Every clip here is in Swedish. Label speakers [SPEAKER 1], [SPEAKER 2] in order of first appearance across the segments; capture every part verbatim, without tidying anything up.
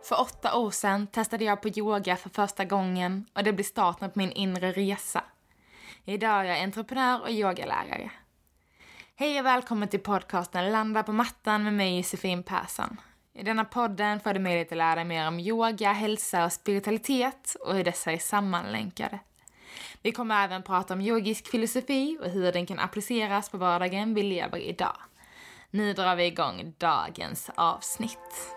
[SPEAKER 1] För åtta år sedan testade jag på yoga för första gången och det blev starten på min inre resa. Idag är jag entreprenör och yogalärare. Hej och välkommen till podcasten Landa på mattan med mig Josefin Persson. I denna podden får du möjlighet att lära dig mer om yoga, hälsa och spiritualitet och hur dessa är sammanlänkade. Vi kommer även prata om yogisk filosofi och hur den kan appliceras på vardagen vi lever idag. Nu drar vi igång dagens avsnitt.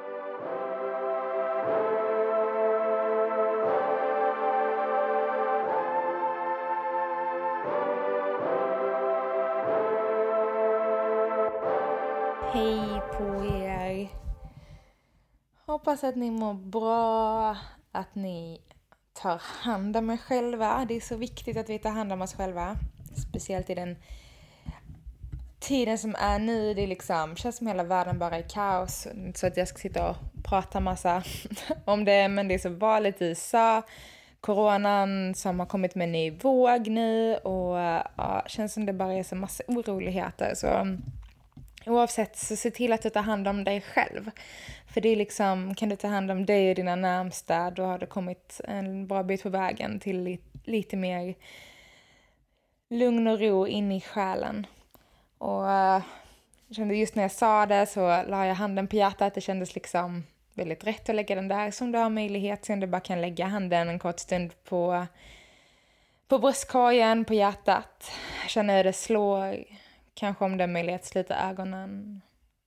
[SPEAKER 1] Hej på er. Hoppas att ni mår bra, att ni tar hand om er själva. Det är så viktigt att vi tar hand om oss själva. Speciellt i den tiden som är nu. Det är liksom, känns som hela världen bara i kaos. Så att jag ska sitta och prata massa om det. Men det är så vanligt i U S A. Coronan som har kommit med en ny våg nu. Och ja, känns som det bara är så massa oroligheter. Så oavsett, så se till att du tar hand om dig själv. För det är liksom, kan du ta hand om dig och dina närmsta, då har du kommit en bra bit på vägen till lite, lite mer lugn och ro in i själen. Och uh, jag kände just när jag sa det så la jag handen på hjärtat. Det kändes liksom väldigt rätt att lägga den där som du har möjlighet. Så du bara kan lägga handen en kort stund på, på bröstkorgen, på hjärtat. Känna hur det slår. Kanske om det är möjlighet att sluta ögonen.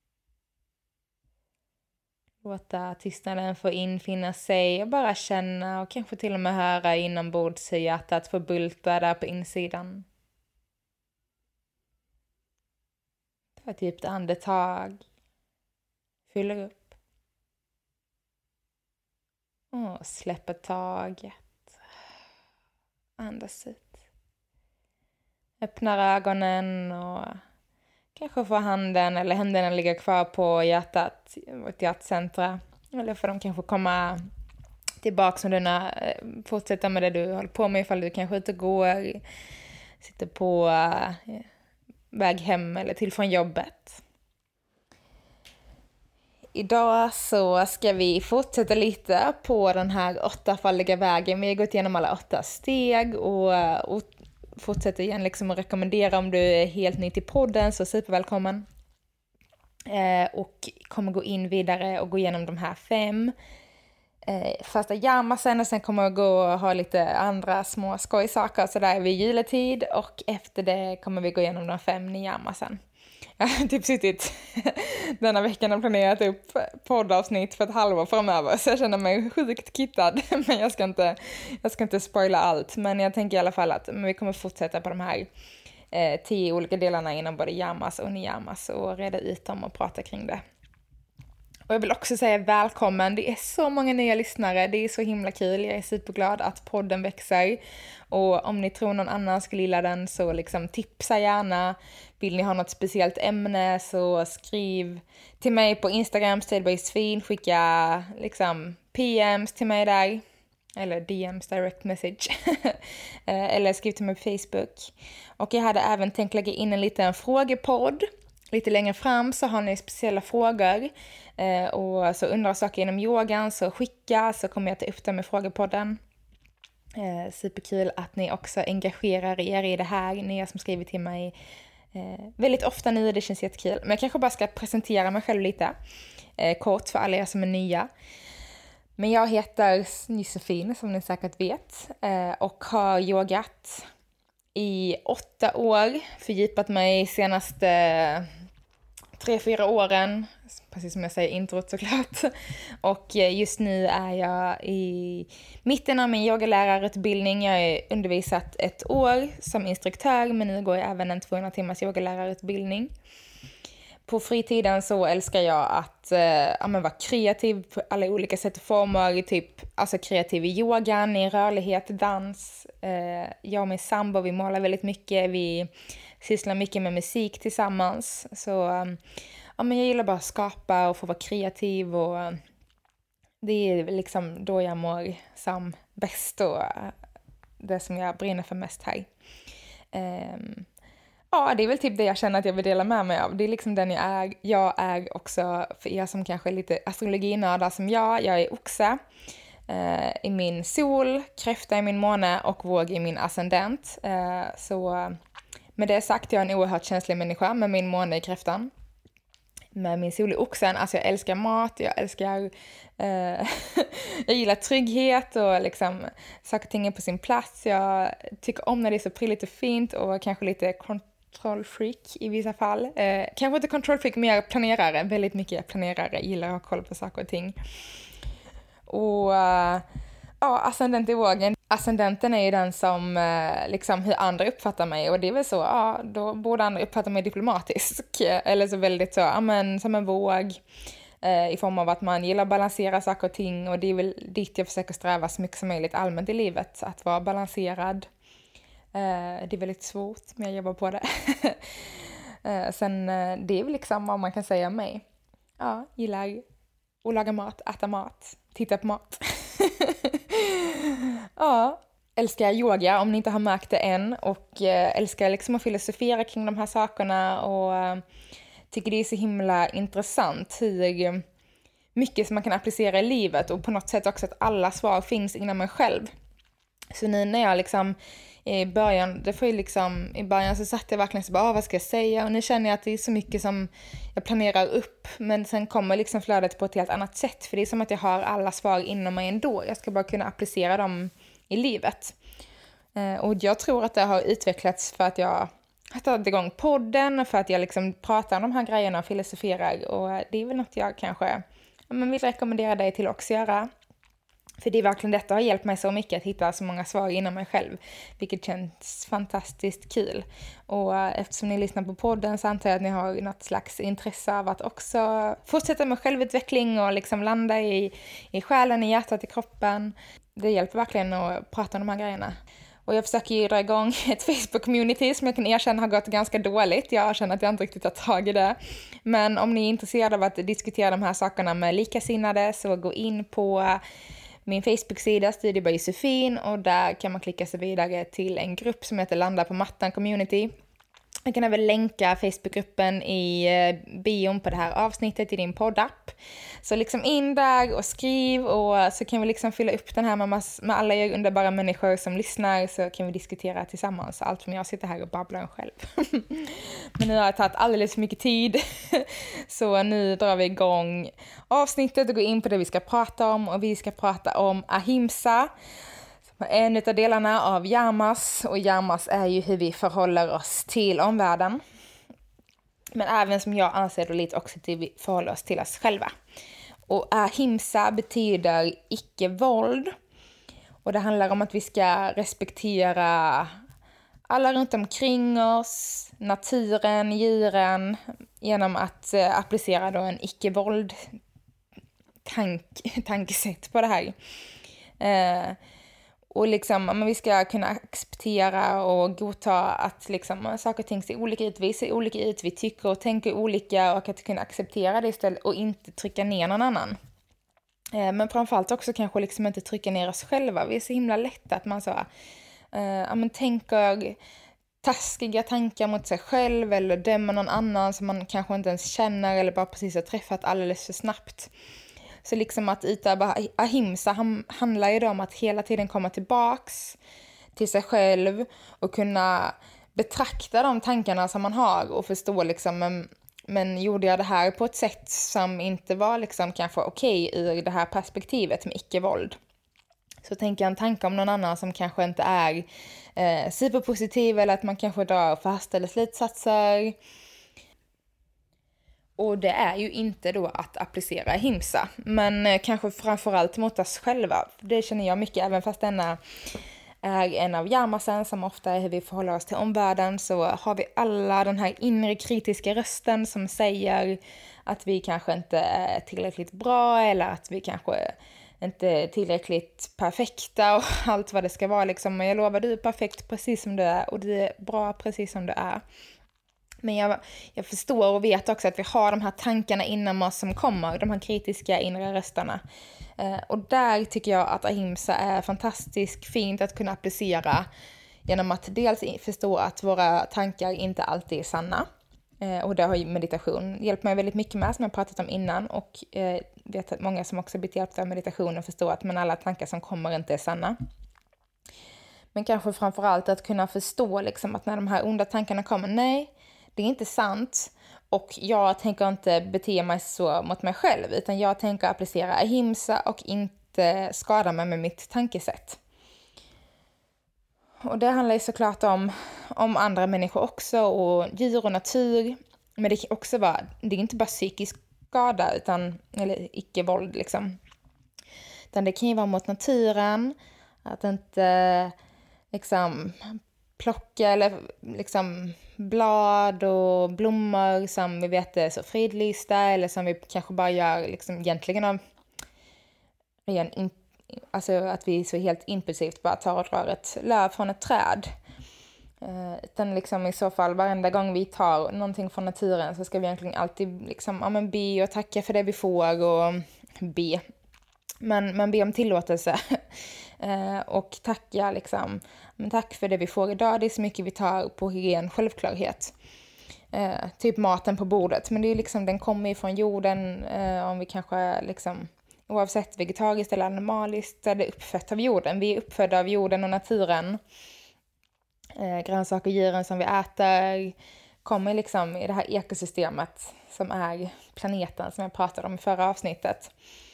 [SPEAKER 1] Låta tystnaden få infinna sig och bara känna och kanske till och med höra inombords hur hjärtat får bulta där på insidan. Ta ett djupt andetag. Fyller upp. Och släpper taget. Andas ut. Öppnar ögonen och kanske får handen eller händerna ligga kvar på hjärtat, vårt hjärtcentra. Eller får de kanske komma tillbaka om du fortsätter med det du håller på med, ifall du kanske inte går, sitter på uh, väg hem eller till från jobbet. Idag så ska vi fortsätta lite på den här åttafaldiga vägen. Vi har gått igenom alla åtta steg och, och fortsätter igen liksom att rekommendera om du är helt ny till podden, så supervälkommen. Eh, och kommer gå in vidare och gå igenom de här fem. Eh, första yamasen och sen kommer jag gå och ha lite andra små skojsaker så där vid juletid. Och efter det kommer vi gå igenom de fem niyamasen. Jag har typ suttit denna veckan och planerat upp poddavsnitt för ett halvår framöver. Så jag känner mig sjukt kittad. Men jag ska inte, jag ska inte spoila allt. Men jag tänker i alla fall att men vi kommer fortsätta på de här eh, tio olika delarna inom både yamas och niyamas. Och reda ut dem och prata kring det. Och jag vill också säga välkommen. Det är så många nya lyssnare. Det är så himla kul. Jag är superglad att podden växer. Och om ni tror någon annan skulle gilla den så liksom tipsa gärna. Vill ni ha något speciellt ämne så skriv till mig på Instagram, stedbysfin. Skicka liksom P Ms till mig där. Eller D Ms, direct message. Eller skriv till mig på Facebook. Och jag hade även tänkt lägga in en liten frågepodd. Lite längre fram så har ni speciella frågor eh, och så undrar saker inom yogan så skicka så kommer jag ta upp dem i frågepodden. Eh, superkul att ni också engagerar er i det här. Ni som skriver till mig eh, väldigt ofta nu, det känns jättekul. Men jag kanske bara ska presentera mig själv lite eh, kort för alla er som är nya. Men jag heter Josefin som ni säkert vet eh, och har yogat i åtta år, fördjupat mig senaste tre, fyra åren, precis som jag säger introt såklart. Och just nu är jag i mitten av min yogalärarutbildning. Jag har undervisat ett år som instruktör, men nu går jag även en tvåhundra timmars yogalärarutbildning. På fritiden så älskar jag att eh, ja, men vara kreativ på alla olika sätt och former. Typ, alltså kreativ i yogan, i rörlighet, dans. Eh, jag och min sambo, vi målar väldigt mycket. Vi sysslar mycket med musik tillsammans. Så ja, men jag gillar bara att skapa och få vara kreativ. Och det är liksom då jag mår som bäst och det som jag brinner för mest här. Eh, ja, det är väl typ det jag känner att jag vill dela med mig av. Det är liksom den jag är. Jag är också, för er som kanske är lite astrologinördar som jag, jag är oxe eh, i min sol, kräfta i min måne och våg i min ascendent. Eh, så med det sagt, jag är en oerhört känslig människa med min måne i kräftan. Med min sol i oxen, alltså jag älskar mat, jag älskar, eh, jag gillar trygghet och liksom saker och ting är på sin plats. Jag tycker om när det är så prydligt och fint och kanske lite kontrollfreak i vissa fall. Eh, kanske inte kontrollfreak, mer planerare, väldigt mycket planerare, gillar att ha koll på saker och ting. Och uh, ja, ascendent i vågen. Ascendenten är ju den som eh, liksom hur andra uppfattar mig, och det är väl så, ja, då borde andra uppfatta mig diplomatisk eller så väldigt så, ja men som en våg eh, i form av att man gillar att balansera saker och ting, och det är väl dit jag försöker sträva så mycket som möjligt allmänt i livet, att vara balanserad. Eh, det är väldigt svårt, men jag jobbar på det. eh, sen eh, det är väl liksom vad man kan säga om mig. Ja, gillar att laga mat, äta mat, titta på mat. Ja, älskar yoga om ni inte har märkt det än, och eh, älskar liksom att filosofera kring de här sakerna, och eh, tycker det är så himla intressant hur mycket som man kan applicera i livet, och på något sätt också att alla svar finns inom mig själv. Så nu när jag liksom i början, det får ju liksom, i början så satt jag verkligen så bara, ah, vad ska jag säga? Och nu känner jag att det är så mycket som jag planerar upp, men sen kommer liksom flödet på ett helt annat sätt, för det är som att jag har alla svar inom mig ändå. Jag ska bara kunna applicera dem i livet. Eh, och jag tror att det har utvecklats för att jag har tagit igång podden, för att jag liksom pratar om de här grejerna och filosoferar, och det är väl något jag kanske ja, men vill rekommendera dig till också göra. För det är verkligen detta har hjälpt mig så mycket att hitta så många svar inom mig själv. Vilket känns fantastiskt kul. Och eftersom ni lyssnar på podden så antar jag att ni har något slags intresse av att också fortsätta med självutveckling och liksom landa i, i själen, i hjärtat, i kroppen. Det hjälper verkligen att prata om de här grejerna. Och jag försöker ju dra igång ett Facebook-community som jag kan erkänna har gått ganska dåligt. Jag känner att jag inte riktigt har tag i det. Men om ni är intresserade av att diskutera de här sakerna med likasinnade, så gå in på min Facebook-sida Studio by Josefin, och där kan man klicka sig vidare till en grupp som heter Landa på mattan community. Jag kan även länka Facebookgruppen i bion på det här avsnittet i din poddapp. Så liksom in där och skriv, och så kan vi liksom fylla upp den här med, mass- med alla er underbara människor som lyssnar, så kan vi diskutera tillsammans. Allt som jag sitter här och babblar själv. Men nu har jag tagit alldeles för mycket tid. Så nu drar vi igång avsnittet och går in på det vi ska prata om. Och vi ska prata om ahimsa. En av delarna av yamas, och yamas är ju hur vi förhåller oss till omvärlden. Men även som jag anser då lite också till vi förhåller oss till oss själva. Och ahimsa betyder icke-våld. Och det handlar om att vi ska respektera alla runt omkring oss, naturen, djuren, genom att eh, applicera då en icke-våld tank- tankesätt på det här. Eh, Och liksom, men vi ska kunna acceptera och godta att liksom, saker och ting ser olika ut, vi ser olika ut, vi tycker och tänker olika, och att kunna acceptera det istället och inte trycka ner någon annan. Eh, men framförallt också kanske liksom inte trycka ner oss själva. Vi är så himla lätt att man så, eh, ja, men tänker taskiga tankar mot sig själv eller dömer någon annan som man kanske inte ens känner eller bara precis har träffat alldeles för snabbt. Så liksom att utöva ahimsa handlar ju då om att hela tiden komma tillbaks till sig själv och kunna betrakta de tankarna som man har och förstå liksom, men, men gjorde jag det här på ett sätt som inte var liksom kanske okej ur det här perspektivet med icke-våld. Så tänker jag en tanke om någon annan som kanske inte är eh, superpositiv, eller att man kanske drar fast eller slutsatser. Och det är ju inte då att applicera ahimsa, men eh, kanske framförallt mot oss själva. Det känner jag mycket, även fast denna är en av yamasen som ofta är hur vi förhåller oss till omvärlden, så har vi alla den här inre kritiska rösten som säger att vi kanske inte är tillräckligt bra, eller att vi kanske inte är tillräckligt perfekta och allt vad det ska vara liksom. Men jag lovar, du är perfekt precis som du är, och du är bra precis som du är. Men jag, jag förstår och vet också att vi har de här tankarna inom oss som kommer, de här kritiska inre rösterna. Eh, och där tycker jag att ahimsa är fantastiskt fint att kunna applicera genom att dels förstå att våra tankar inte alltid är sanna. Eh, och det har ju meditation hjälpt mig väldigt mycket med, som jag pratat om innan. Och eh, vet att många som också blivit hjälpta av meditation och förstå att men alla tankar som kommer inte är sanna. Men kanske framförallt att kunna förstå liksom, att när de här onda tankarna kommer, nej, det är inte sant. Och jag tänker inte bete mig så mot mig själv, utan jag tänker applicera ahimsa och inte skada mig med mitt tankesätt. Och det handlar ju såklart om, om andra människor också, och djur och natur. Men det kan också vara, det är inte bara psykisk skada, utan, eller icke-våld liksom. Utan det kan ju vara mot naturen, att inte liksom plocka eller liksom blad och blommor som vi vet är så fridlysta, eller som vi kanske bara gör liksom egentligen av ren in, alltså att vi så helt impulsivt bara tar och drar ett löv från ett träd. Uh, utan liksom i så fall varenda gång vi tar någonting från naturen så ska vi egentligen alltid liksom, ja, men be och tacka för det vi får, och be. Men, men be om tillåtelse. uh, och tacka liksom, men tack för det vi får idag, det är så mycket vi tar på ren självklarhet. Uh, typ maten på bordet, men det är liksom, den kommer ju från jorden, uh, om vi kanske liksom, oavsett vegetariskt eller animaliskt, är det uppfött av jorden. Vi är uppfödda av jorden och naturen. Eh, grönsaker och djuren som vi äter kommer liksom i det här ekosystemet som är planeten, som jag pratade om i förra avsnittet.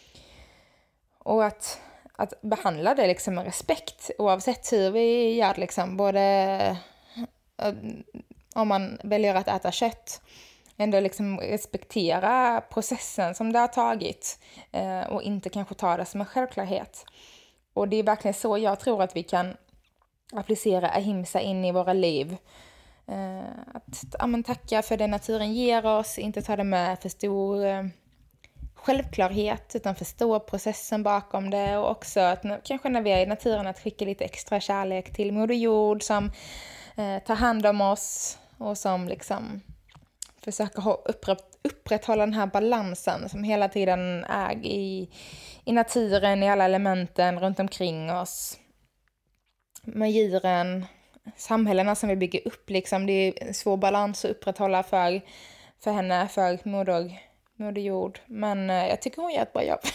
[SPEAKER 1] Och att, att behandla det liksom med respekt oavsett hur vi gör liksom, både eh, om man väljer att äta kött, ändå liksom respektera processen som det har tagit, eh, och inte kanske ta det som en självklarhet. Och det är verkligen så jag tror att vi kan applicera ahimsa in i våra liv. Eh, att ja, men tacka för det naturen ger oss, inte ta det med för stor eh, självklarhet, utan förstå processen bakom det, och också att när, kanske när vi är i naturen att skicka lite extra kärlek till Moder Jord som eh, tar hand om oss och som liksom försöker upprätthålla den här balansen som hela tiden är i, i naturen, i alla elementen runt omkring oss. Med djuren, samhällena som vi bygger upp, liksom, det är en svår balans att upprätthålla för, för henne, för moder, moder jord. Men eh, jag tycker hon gör ett bra jobb.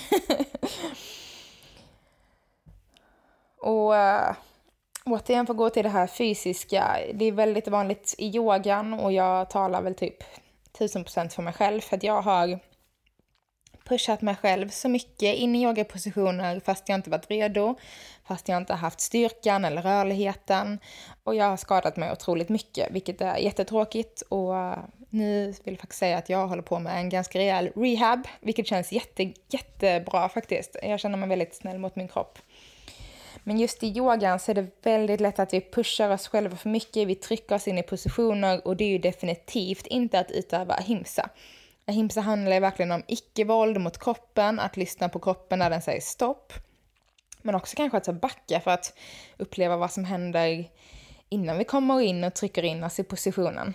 [SPEAKER 1] och äh, återigen får gå till det här fysiska. Det är väldigt vanligt i yogan, och jag talar väl typ tusen procent för mig själv, för att jag har pushat mig själv så mycket in i yogapositioner fast jag inte varit redo, fast jag inte haft styrkan eller rörligheten, och jag har skadat mig otroligt mycket, vilket är jättetråkigt. Och nu vill jag faktiskt säga att jag håller på med en ganska rejäl rehab, vilket känns jätte, jättebra faktiskt. Jag känner mig väldigt snäll mot min kropp. Men just i yogan så är det väldigt lätt att vi pushar oss själva för mycket, vi trycker oss in i positioner, och det är ju definitivt inte att utöva ahimsa. Ahimsa handlar verkligen om icke-våld mot kroppen, att lyssna på kroppen när den säger stopp. Men också kanske att backa för att uppleva vad som händer innan vi kommer in och trycker in oss i positionen.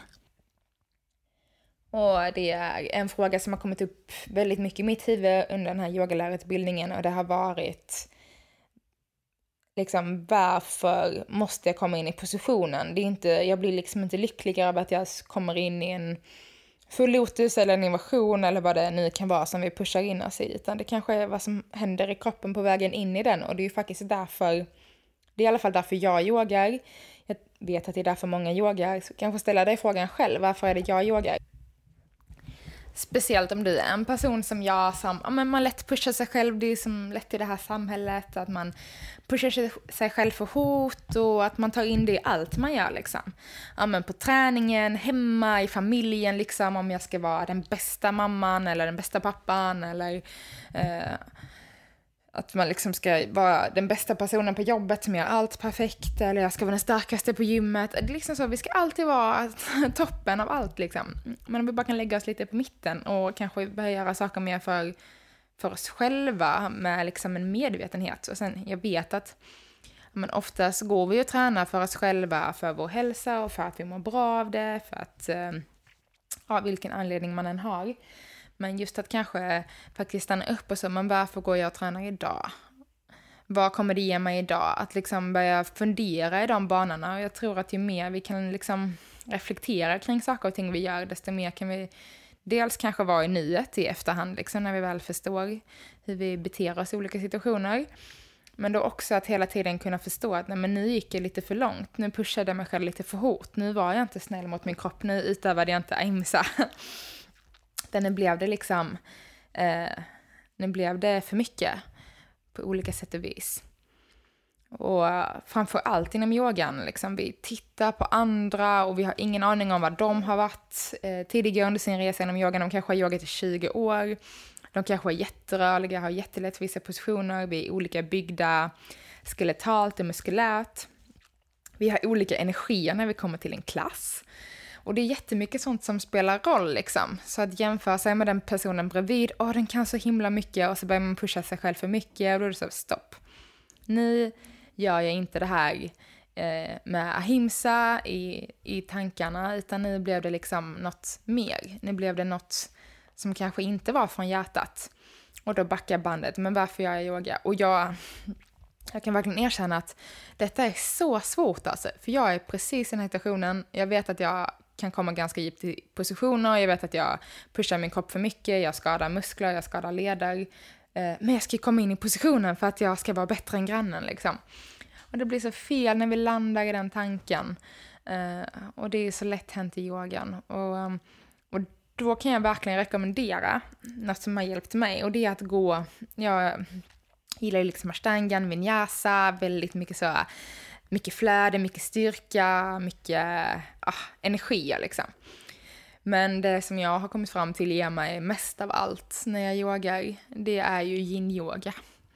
[SPEAKER 1] Och det är en fråga som har kommit upp väldigt mycket i mitt huvud under den här yogalärarutbildningen, och det har varit liksom, varför måste jag komma in i positionen? Det är inte, jag blir liksom inte lyckligare av att jag kommer in i en full lotus eller en invasion eller vad det nu kan vara som vi pushar in oss i, utan det kanske är vad som händer i kroppen på vägen in i den. Och det är ju faktiskt därför, det är i alla fall därför jag yogar. Jag vet att det är därför många yogar, så kanske ställa dig frågan själv, varför är det jag yogar? Speciellt om du är en person som jag, som ja, men man lätt pushar sig själv, det är som lätt i det här samhället att man pushar sig, sig själv för hot, och att man tar in det i allt man gör liksom. Ja, men på träningen, hemma, i familjen liksom, om jag ska vara den bästa mamman eller den bästa pappan, eller eh, att man liksom ska vara den bästa personen på jobbet som gör allt perfekt, eller jag ska vara den starkaste på gymmet. Det är liksom så, vi ska alltid vara toppen av allt liksom. Men om vi bara kan lägga oss lite på mitten och kanske börja göra saker mer för, för oss själva med liksom en medvetenhet. Och sen, jag vet att men oftast går vi och tränar för oss själva, för vår hälsa och för att vi mår bra av det, för att, ja, vilken anledning man än har. Men just att kanske faktiskt stanna upp och så, men varför går jag och tränar idag? vad kommer det ge mig idag? Att liksom börja fundera i de banorna. Och jag tror att ju mer vi kan liksom reflektera kring saker och ting vi gör, desto mer kan vi dels kanske vara i nuet i efterhand, liksom, när vi väl förstår hur vi beter oss i olika situationer. Men då också att hela tiden kunna förstå att nej, men nu gick jag lite för långt. Nu pushade jag mig själv lite för hårt. Nu var jag inte snäll mot min kropp. Nu utövade jag inte ahimsa. Nu blev det liksom... Eh, nu blev det för mycket på olika sätt och vis. Och framför allt inom yogan, liksom, vi tittar på andra och vi har ingen aning om vad de har varit eh, tidigare under sin resa inom yogan. De kanske har yogat i tjugo år. De kanske är jätterörliga, har jättelätt vissa positioner. Vi är olika byggda skeletalt och muskulärt. Vi har olika energier när vi kommer till en klass. Och det är jättemycket sånt som spelar roll liksom. Så att jämföra sig med den personen bredvid. Åh, den kan så himla mycket. Och så börjar man pusha sig själv för mycket. Och då är det så, stopp. Nu gör jag inte det här eh, med ahimsa i, i tankarna. Utan nu blev det liksom något mer. Nu blev det något som kanske inte var från hjärtat. Och då backar bandet. Men varför gör jag yoga? Och jag, jag kan verkligen erkänna att detta är så svårt alltså. För jag är precis i den här situationen. Jag vet att jag kan komma ganska djupt i positioner. Jag vet att jag pushar min kropp för mycket. Jag skadar muskler, jag skadar leder. Men jag ska komma in i positionen för att jag ska vara bättre än grannen liksom. Och det blir så fel när vi landar i den tanken. Och det är så lätt hänt i yogan. Och, och då kan jag verkligen rekommendera något som har hjälpt mig. Och det är att gå, jag gillar liksom ashtangan, vinyasa, väldigt mycket så, mycket flöde, mycket styrka, mycket ah, energi liksom. Men det som jag har kommit fram till ger mig mest av allt när jag yogar, det är ju yin-yoga.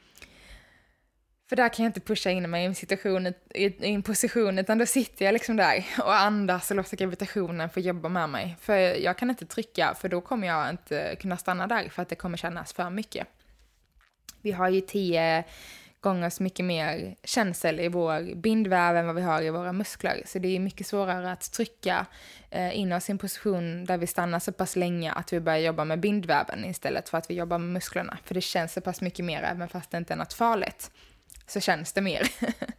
[SPEAKER 1] För där kan jag inte pusha in mig i en, situation, i en position, utan då sitter jag liksom där och andas och låter gravitationen få jobba med mig. För jag kan inte trycka, för då kommer jag inte kunna stanna där för att det kommer kännas för mycket. Vi har ju tio gånger så mycket mer känsel i vår bindväv än vad vi har i våra muskler. Så det är mycket svårare att trycka eh, in oss i en position där vi stannar så pass länge att vi börjar jobba med bindväven istället för att vi jobbar med musklerna. För det känns så pass mycket mer, även fast det inte är något farligt. Så känns det mer.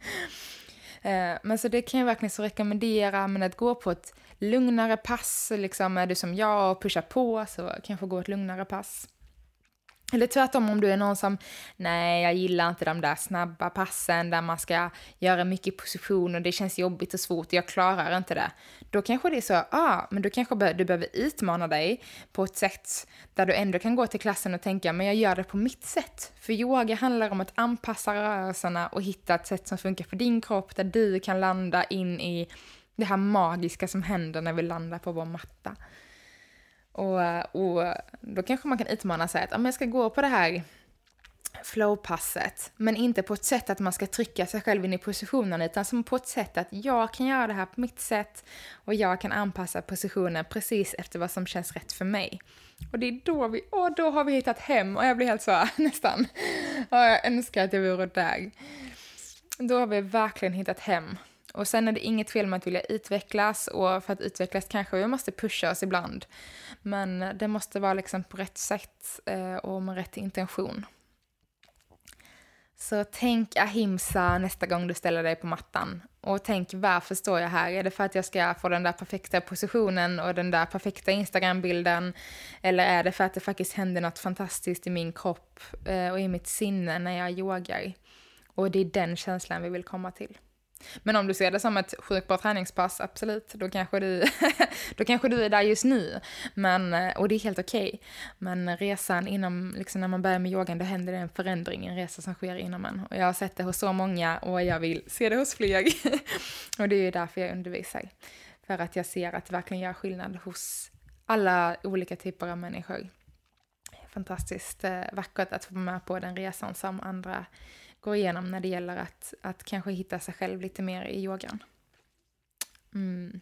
[SPEAKER 1] eh, men så det kan jag verkligen så rekommendera, men att gå på ett lugnare pass, liksom är du som jag och pushar på, så kanske gå ett lugnare pass. Eller tvärtom, om du är någon som, nej jag gillar inte de där snabba passen där man ska göra mycket position och det känns jobbigt och svårt, jag klarar inte det. Då kanske det är så, ah, men då kanske du behöver utmana dig på ett sätt där du ändå kan gå till klassen och tänka, men jag gör det på mitt sätt. För yoga handlar om att anpassa rörelserna och hitta ett sätt som funkar för din kropp, där du kan landa in i det här magiska som händer när vi landar på vår matta. Och, och då kanske man kan utmana sig att om jag ska gå på det här flowpasset, men inte på ett sätt att man ska trycka sig själv in i positionen, utan som på ett sätt att jag kan göra det här på mitt sätt och jag kan anpassa positionen precis efter vad som känns rätt för mig. Och det är då vi, åh, då har vi hittat hem, och jag blir helt så nästan, och jag önskar att jag vore där. Då har vi verkligen hittat hem. Och sen är det inget fel med att vilja utvecklas, och för att utvecklas kanske vi måste pusha oss ibland. Men det måste vara liksom på rätt sätt och med rätt intention. Så tänk ahimsa nästa gång du ställer dig på mattan. Och tänk, varför står jag här? Är det för att jag ska få den där perfekta positionen och den där perfekta Instagram-bilden? Eller är det för att det faktiskt händer något fantastiskt i min kropp och i mitt sinne när jag yogar? Och det är den känslan vi vill komma till. Men om du ser det som ett sjukt bra träningspass, absolut, då kanske du, då kanske du är där just nu. Men, och det är helt okej. Okay. Men resan inom, liksom när man börjar med yogan, då händer det en förändring, en resa som sker inom en. Och jag har sett det hos så många och jag vill se det hos fler. Och det är ju därför jag undervisar. För att jag ser att det verkligen gör skillnad hos alla olika typer av människor. Fantastiskt vackert att få vara med på den resan som andra går igenom när det gäller att, att kanske hitta sig själv lite mer i yogan. Mm.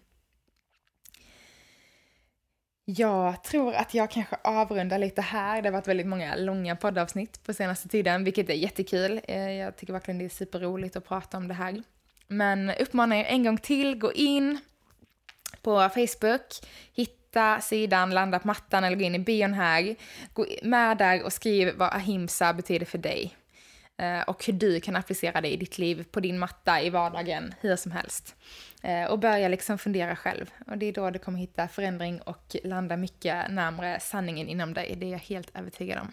[SPEAKER 1] Jag tror att jag kanske avrundar lite här. Det har varit väldigt många långa poddavsnitt på senaste tiden, vilket är jättekul. Jag tycker verkligen det är superroligt att prata om det här. Men uppmanar er en gång till, gå in på Facebook, hitta sidan Landa på mattan eller gå in i bion här. Gå med där och skriv vad ahimsa betyder för dig. eh, och hur du kan applicera det i ditt liv, på din matta, i vardagen, hur som helst. Eh, och börja liksom fundera själv. Och det är då du kommer hitta förändring och landa mycket närmare sanningen inom dig. Det är jag helt övertygad om.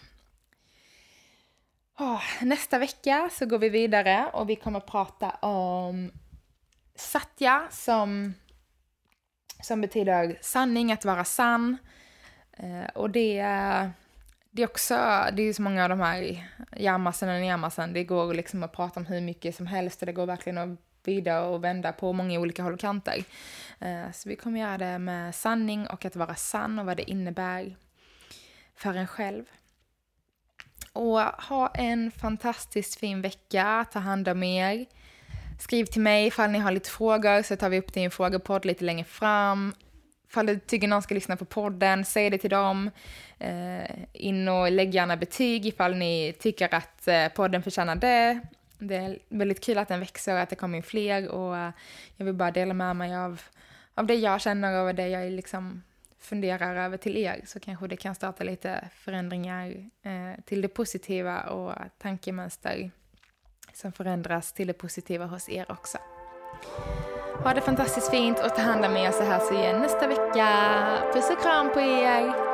[SPEAKER 1] Oh, nästa vecka så går vi vidare och vi kommer prata om Satya som, som betyder sanning, att vara sann. Eh, och det är, det är också, det är så många av de här yamasen och niyamasen, det går liksom att prata om hur mycket som helst och det går verkligen att vrida och vända på många olika håll och kanter. Eh, så vi kommer göra det med sanning och att vara sann och vad det innebär för en själv. Och ha en fantastiskt fin vecka. Ta hand om er. Skriv till mig ifall ni har lite frågor så tar vi upp det i en frågepodd lite längre fram. Ifall du tycker någon ska lyssna på podden, säg det till dem. Eh, in och lägg gärna betyg ifall ni tycker att eh, podden förtjänar det. Det är väldigt kul att den växer och att det kommer in fler. Och eh, jag vill bara dela med mig av, av det jag känner och det jag liksom funderar över till er, så kanske det kan starta lite förändringar eh, till det positiva och tankemönster som förändras till det positiva hos er också. Ha det fantastiskt fint och ta hand om er så här så igen nästa vecka. Puss och kram på er!